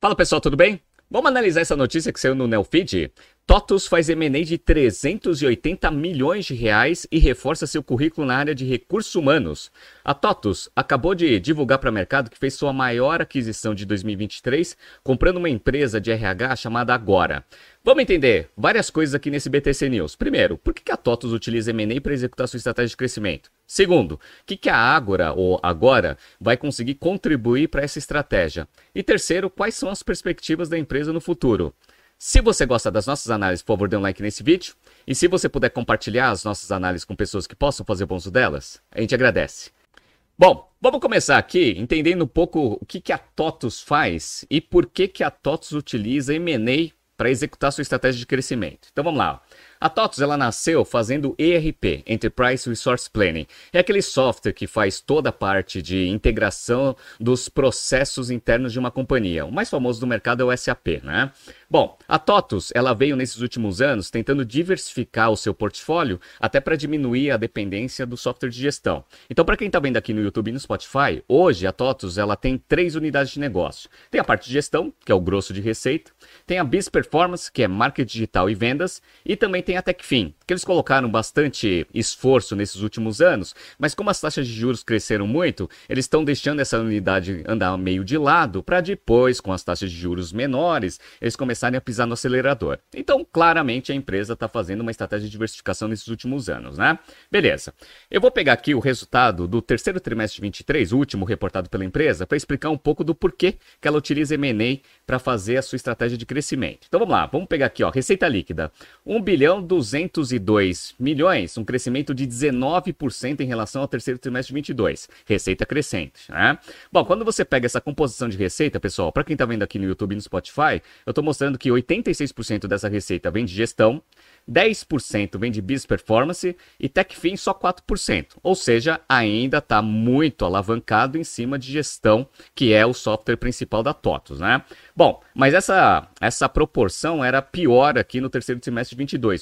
Fala pessoal, tudo bem? Vamos analisar essa notícia que saiu no Neofeed? TOTVS faz M&A de 380 milhões de reais e reforça seu currículo na área de recursos humanos. A TOTVS acabou de divulgar para o mercado que fez sua maior aquisição de 2023, comprando uma empresa de RH chamada Agora. Vamos entender várias coisas aqui nesse BTC News. Primeiro, por que a TOTVS utiliza M&A para executar sua estratégia de crescimento? Segundo, o que a Agora ou Agora vai conseguir contribuir para essa estratégia? E terceiro, quais são as perspectivas da empresa no futuro? Se você gosta das nossas análises, por favor, dê um like nesse vídeo. E se você puder compartilhar as nossas análises com pessoas que possam fazer bom uso delas, a gente agradece. Bom, vamos começar aqui entendendo um pouco o que a TOTVS faz e por que a TOTVS utiliza M&A para executar sua estratégia de crescimento. Então vamos lá. A TOTVS ela nasceu fazendo ERP, Enterprise Resource Planning. É aquele software que faz toda a parte de integração dos processos internos de uma companhia. O mais famoso do mercado é o SAP, né? Bom, a TOTVS ela veio nesses últimos anos tentando diversificar o seu portfólio até para diminuir a dependência do software de gestão. Então, para quem está vendo aqui no YouTube e no Spotify, hoje a TOTVS ela tem 3 unidades de negócio. Tem a parte de gestão, que é o grosso de receita. Tem a Biz Performance, que é marketing digital e vendas. E também tem a Techfin, que eles colocaram bastante esforço nesses últimos anos, mas como as taxas de juros cresceram muito, eles estão deixando essa unidade andar meio de lado para depois, com as taxas de juros menores, eles começarem a pisar no acelerador. Então, claramente, a empresa está fazendo uma estratégia de diversificação nesses últimos anos, né? Beleza. Eu vou pegar aqui o resultado do terceiro trimestre de 23, o último reportado pela empresa, para explicar um pouco do porquê que ela utiliza M&A para fazer a sua estratégia de crescimento. Então, vamos lá. Vamos pegar aqui, ó, receita líquida. 1.202 bilhões, um crescimento de 19% em relação ao terceiro trimestre de 22. Receita crescente, né? Bom, quando você pega essa composição de receita, pessoal, para quem está vendo aqui no YouTube e no Spotify, eu estou mostrando que 86% dessa receita vem de gestão, 10% vem de Biz Performance e Techfin só 4%. Ou seja, ainda está muito alavancado em cima de gestão, que é o software principal da TOTVS, né? Bom, mas essa proporção era pior aqui no terceiro trimestre de 22.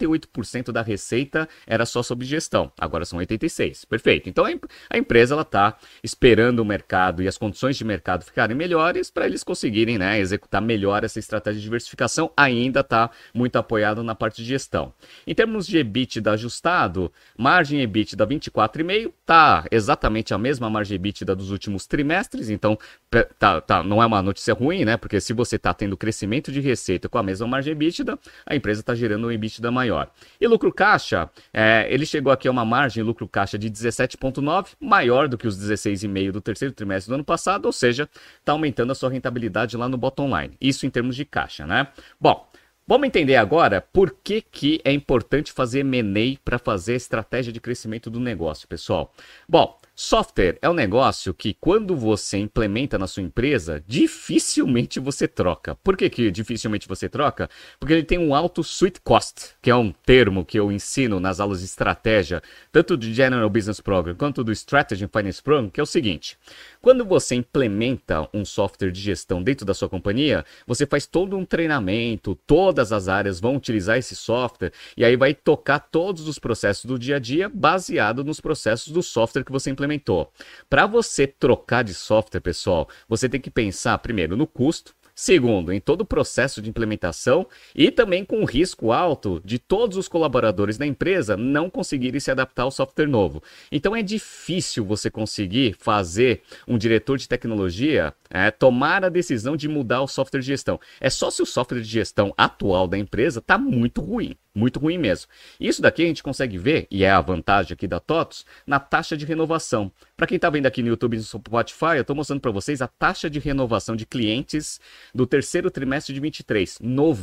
88% da receita era só sobre gestão. Agora são 86%. Perfeito. Então a empresa está esperando o mercado e as condições de mercado ficarem melhores para eles conseguirem, né, executar melhor essa estratégia de diversificação. Ainda está muito apoiado na parte de gestão. Em termos de EBITDA ajustado, margem EBITDA 24,5%, tá exatamente a mesma margem EBITDA dos últimos trimestres, então não é uma notícia ruim, né? Porque se você está tendo crescimento de receita com a mesma margem EBITDA, a empresa está gerando um EBITDA maior. E lucro caixa, ele chegou aqui a uma margem lucro caixa de 17,9%, maior do que os 16,5% do terceiro trimestre do ano passado, ou seja, está aumentando a sua rentabilidade lá no bottom line. Isso em termos de caixa, né? Bom, vamos entender agora por que é importante fazer M&A para fazer a estratégia de crescimento do negócio, pessoal. Bom, software é um negócio que quando você implementa na sua empresa, dificilmente você troca. Por que dificilmente você troca? Porque ele tem um alto sweet cost, que é um termo que eu ensino nas aulas de estratégia, tanto do General Business Program quanto do Strategy and Finance Program, que é o seguinte. Quando você implementa um software de gestão dentro da sua companhia, você faz todo um treinamento, todas as áreas vão utilizar esse software e aí vai tocar todos os processos do dia a dia baseado nos processos do software que você implementou. Para você trocar de software, pessoal, você tem que pensar primeiro no custo, segundo, em todo o processo de implementação e também com o risco alto de todos os colaboradores da empresa não conseguirem se adaptar ao software novo. Então é difícil você conseguir fazer um diretor de tecnologia tomar a decisão de mudar o software de gestão. É só se o software de gestão atual da empresa está muito ruim mesmo. Isso daqui a gente consegue ver, e é a vantagem aqui da TOTVS, na taxa de renovação. Para quem está vendo aqui no YouTube e no Spotify, eu estou mostrando para vocês a taxa de renovação de clientes do terceiro trimestre de 23,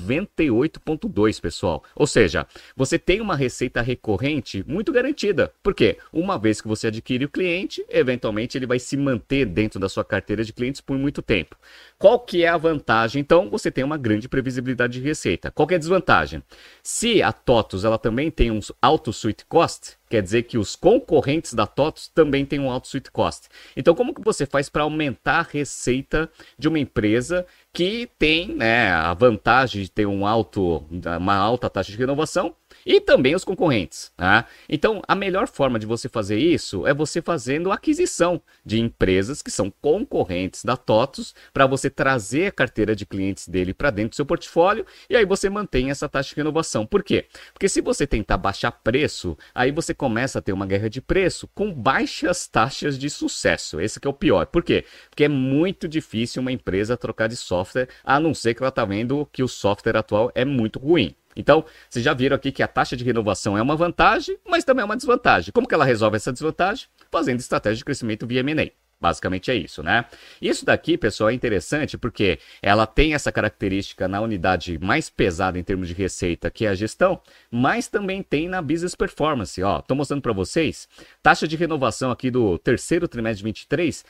98,2%, pessoal. Ou seja, você tem uma receita recorrente muito garantida. Por quê? Uma vez que você adquire o cliente, eventualmente ele vai se manter dentro da sua carteira de clientes por muito tempo. Qual que é a vantagem? Então, você tem uma grande previsibilidade de receita. Qual que é a desvantagem? Se a TOTVS ela também tem um alto sweet cost, que quer dizer que os concorrentes da TOTVS também têm um alto sweet cost. Então, como que você faz para aumentar a receita de uma empresa que tem, né, a vantagem de ter uma alta taxa de renovação e também os concorrentes, tá? Então, a melhor forma de você fazer isso é você fazendo aquisição de empresas que são concorrentes da TOTVS para você trazer a carteira de clientes dele para dentro do seu portfólio e aí você mantém essa taxa de renovação. Por quê? Porque se você tentar baixar preço, aí você começa a ter uma guerra de preço com baixas taxas de sucesso. Esse que é o pior. Por quê? Porque é muito difícil uma empresa trocar de software, a não ser que ela está vendo que o software atual é muito ruim. Então, vocês já viram aqui que a taxa de renovação é uma vantagem, mas também é uma desvantagem. Como que ela resolve essa desvantagem? Fazendo estratégia de crescimento via M&A. Basicamente é isso, né? Isso daqui, pessoal, é interessante porque ela tem essa característica na unidade mais pesada em termos de receita, que é a gestão, mas também tem na business performance. Ó, tô mostrando para vocês, taxa de renovação aqui do terceiro trimestre de 23,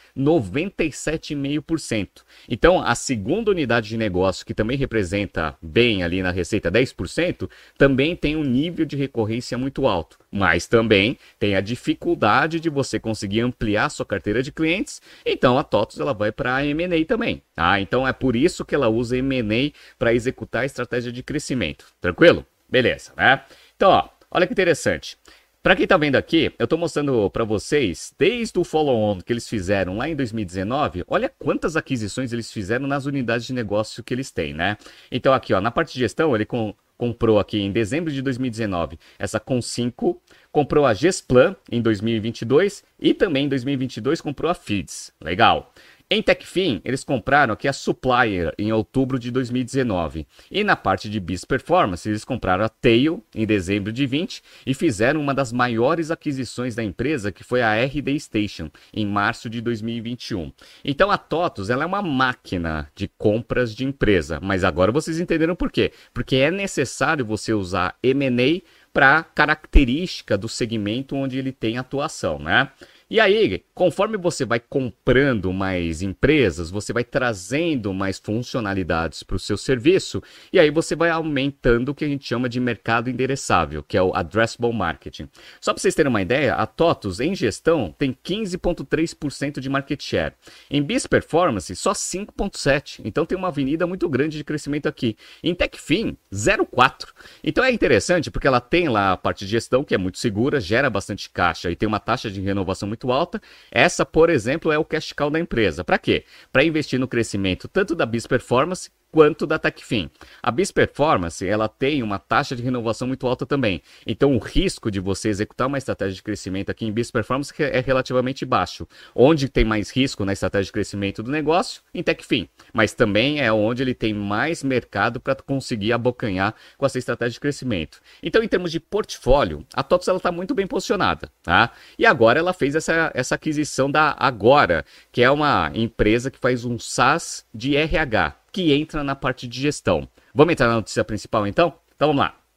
97,5%. Então, a segunda unidade de negócio, que também representa bem ali na receita 10%, também tem um nível de recorrência muito alto, mas também tem a dificuldade de você conseguir ampliar sua carteira de clientes. Então a TOTVS ela vai para a M&A também, tá? Então é por isso que ela usa M&A para executar a estratégia de crescimento. Tranquilo? Beleza, né? Então, ó, olha que interessante. Para quem está vendo aqui, eu estou mostrando para vocês, desde o follow-on que eles fizeram lá em 2019, olha quantas aquisições eles fizeram nas unidades de negócio que eles têm, né? Então aqui, ó, na parte de gestão, ele comprou aqui em dezembro de 2019 essa Com5, comprou a Gesplan em 2022 e também em 2022 comprou a Feeds. Legal. Em Techfin, eles compraram aqui a Supplier em outubro de 2019. E na parte de Biz Performance, eles compraram a Tail em dezembro de 20 e fizeram uma das maiores aquisições da empresa, que foi a RD Station, em março de 2021. Então a TOTVS ela é uma máquina de compras de empresa, mas agora vocês entenderam por quê? Porque é necessário você usar M&A para característica do segmento onde ele tem atuação, né? E aí, conforme você vai comprando mais empresas, você vai trazendo mais funcionalidades para o seu serviço, e aí você vai aumentando o que a gente chama de mercado endereçável, que é o addressable marketing. Só para vocês terem uma ideia, a TOTVS em gestão tem 15,3% de market share. Em Biz Performance, só 5,7%. Então tem uma avenida muito grande de crescimento aqui. Em Techfin, 0,4%. Então é interessante porque ela tem lá a parte de gestão, que é muito segura, gera bastante caixa e tem uma taxa de renovação muito alta. Essa, por exemplo, é o cash cow da empresa. Para quê? Para investir no crescimento tanto da Biz Performance quanto da Techfin. A Biz Performance, ela tem uma taxa de renovação muito alta também. Então, o risco de você executar uma estratégia de crescimento aqui em Biz Performance é relativamente baixo. Onde tem mais risco na estratégia de crescimento do negócio? Em Techfin. Mas também é onde ele tem mais mercado para conseguir abocanhar com essa estratégia de crescimento. Então, em termos de portfólio, a TOTVS está muito bem posicionada, tá? E agora ela fez essa aquisição da Agora, que é uma empresa que faz um SaaS de RH, que entra na parte de gestão. Vamos entrar na notícia principal então? Então vamos lá.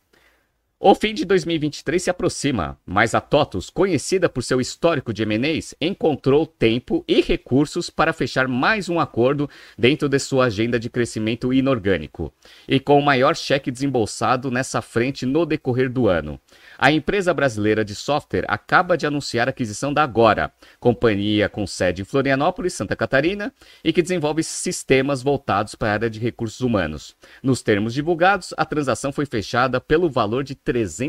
O fim de 2023 se aproxima, mas a TOTVS, conhecida por seu histórico de M&As, encontrou tempo e recursos para fechar mais um acordo dentro de sua agenda de crescimento inorgânico, e com o maior cheque desembolsado nessa frente no decorrer do ano. A empresa brasileira de software acaba de anunciar a aquisição da Agora, companhia com sede em Florianópolis, Santa Catarina, e que desenvolve sistemas voltados para a área de recursos humanos. Nos termos divulgados, a transação foi fechada pelo valor de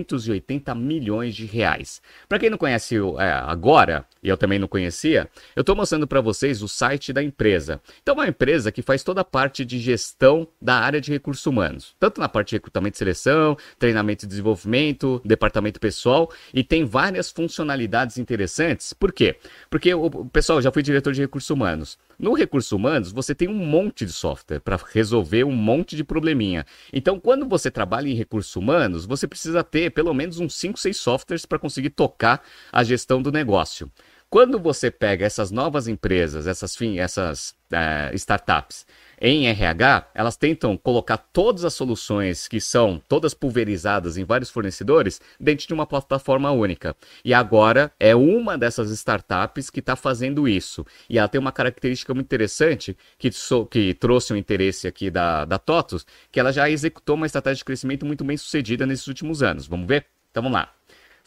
380 milhões de reais. Para quem não conhece Agora, e eu também não conhecia, eu estou mostrando para vocês o site da empresa. Então, é uma empresa que faz toda a parte de gestão da área de recursos humanos, tanto na parte de recrutamento e seleção, treinamento e desenvolvimento, departamento pessoal, e tem várias funcionalidades interessantes. Por quê? Porque, pessoal, eu já fui diretor de recursos humanos. No recursos humanos, você tem um monte de software para resolver um monte de probleminha. Então, quando você trabalha em recursos humanos, você precisa ter pelo menos uns 5, 6 softwares para conseguir tocar a gestão do negócio. Quando você pega essas novas empresas, essas startups em RH, elas tentam colocar todas as soluções que são todas pulverizadas em vários fornecedores dentro de uma plataforma única. E agora é uma dessas startups que está fazendo isso. E ela tem uma característica muito interessante que trouxe um interesse aqui da TOTVS, que ela já executou uma estratégia de crescimento muito bem sucedida nesses últimos anos. Vamos ver? Então vamos lá.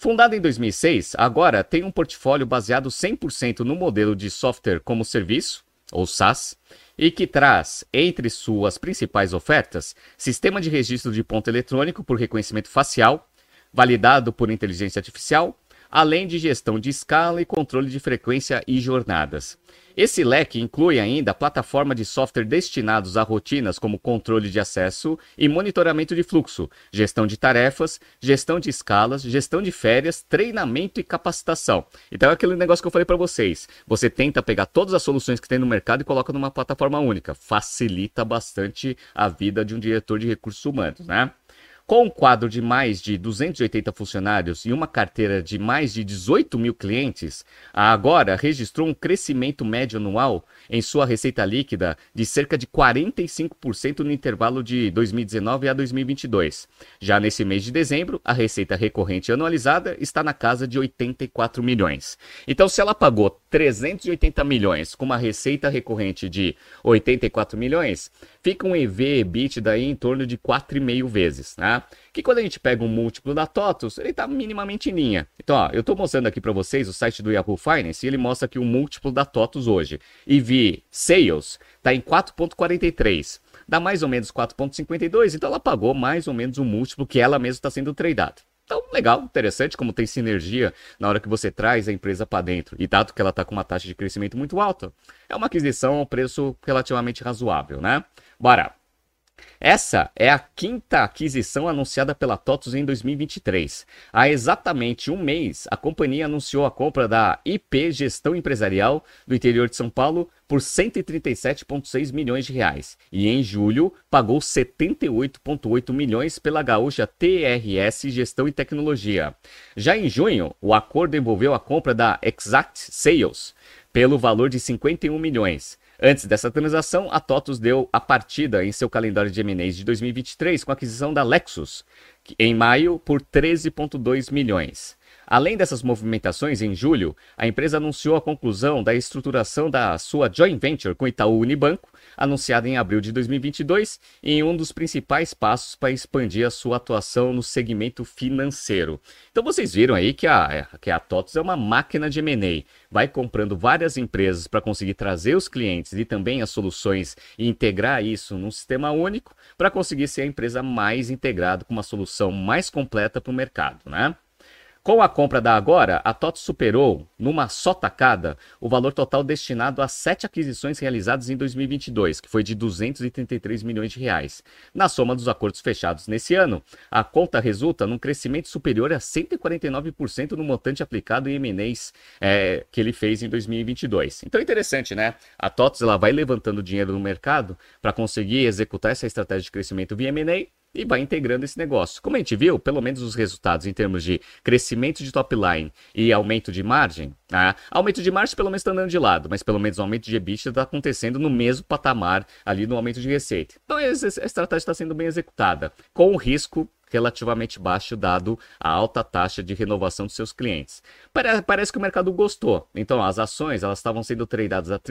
Fundada em 2006, agora tem um portfólio baseado 100% no modelo de software como serviço, ou SaaS, e que traz, entre suas principais ofertas, sistema de registro de ponto eletrônico por reconhecimento facial, validado por inteligência artificial, além de gestão de escala e controle de frequência e jornadas. Esse leque inclui ainda a plataforma de software destinados a rotinas como controle de acesso e monitoramento de fluxo, gestão de tarefas, gestão de escalas, gestão de férias, treinamento e capacitação. Então é aquele negócio que eu falei para vocês. Você tenta pegar todas as soluções que tem no mercado e coloca numa plataforma única. Facilita bastante a vida de um diretor de recursos humanos, né? Com um quadro de mais de 280 funcionários e uma carteira de mais de 18 mil clientes, a Agora registrou um crescimento médio anual em sua receita líquida de cerca de 45% no intervalo de 2019 a 2022. Já nesse mês de dezembro, a receita recorrente anualizada está na casa de 84 milhões. Então, se ela pagou 380 milhões com uma receita recorrente de 84 milhões, fica um EV/EBITDA aí em torno de 4,5 vezes, né? Que quando a gente pega um múltiplo da TOTVS, ele está minimamente em linha. Então, ó, eu estou mostrando aqui para vocês o site do Yahoo Finance e ele mostra aqui o múltiplo da TOTVS hoje. EV Sales está em 4,43. Dá mais ou menos 4,52, então ela pagou mais ou menos o múltiplo que ela mesma está sendo tradada. Então, legal, interessante como tem sinergia na hora que você traz a empresa para dentro. E dado que ela está com uma taxa de crescimento muito alta, é uma aquisição a um preço relativamente razoável, né? Bora! Essa é a quinta aquisição anunciada pela TOTVS em 2023. Há exatamente um mês, a companhia anunciou a compra da IP Gestão Empresarial do interior de São Paulo por 137,6 milhões de reais. E em julho, pagou 78,8 milhões pela gaúcha TRS Gestão e Tecnologia. Já em junho, o acordo envolveu a compra da Exact Sales pelo valor de 51 milhões. Antes dessa transação, a TOTVS deu a partida em seu calendário de M&As de 2023 com a aquisição da Lexus, em maio, por 13,2 milhões. Além dessas movimentações, em julho, a empresa anunciou a conclusão da estruturação da sua joint venture com Itaú Unibanco, anunciada em abril de 2022, em um dos principais passos para expandir a sua atuação no segmento financeiro. Então vocês viram aí que a TOTVS é uma máquina de M&A, vai comprando várias empresas para conseguir trazer os clientes e também as soluções e integrar isso num sistema único para conseguir ser a empresa mais integrada com uma solução mais completa para o mercado, né? Com a compra da Agora, a TOTVS superou, numa só tacada, o valor total destinado a 7 aquisições realizadas em 2022, que foi de 233 milhões de reais. Na soma dos acordos fechados nesse ano, a conta resulta num crescimento superior a 149% no montante aplicado em M&As que ele fez em 2022. Então é interessante, né? A TOTVS ela vai levantando dinheiro no mercado para conseguir executar essa estratégia de crescimento via M&A, e vai integrando esse negócio. Como a gente viu, pelo menos os resultados em termos de crescimento de top line e aumento de margem, aumento de margem pelo menos está andando de lado, mas pelo menos o aumento de EBITDA está acontecendo no mesmo patamar ali no aumento de receita. Então a estratégia está sendo bem executada, com o risco relativamente baixo dado a alta taxa de renovação dos seus clientes. Parece que o mercado gostou. Então as ações elas estavam sendo tradeadas a R$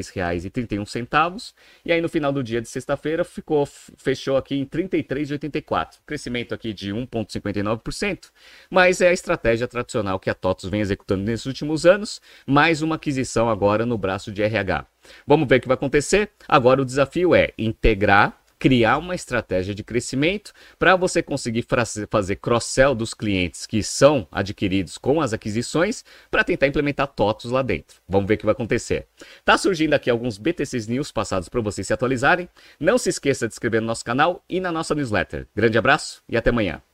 33,31 e aí no final do dia de sexta-feira fechou aqui em R$ 33,84. Crescimento aqui de 1,59%, mas é a estratégia tradicional que a TOTVS vem executando nesses últimos anos, mais uma aquisição agora no braço de RH. Vamos ver o que vai acontecer. Agora o desafio é criar uma estratégia de crescimento para você conseguir fazer cross-sell dos clientes que são adquiridos com as aquisições para tentar implementar TOTVS lá dentro. Vamos ver o que vai acontecer. Tá surgindo aqui alguns BTCs News passados para vocês se atualizarem. Não se esqueça de se inscrever no nosso canal e na nossa newsletter. Grande abraço e até amanhã.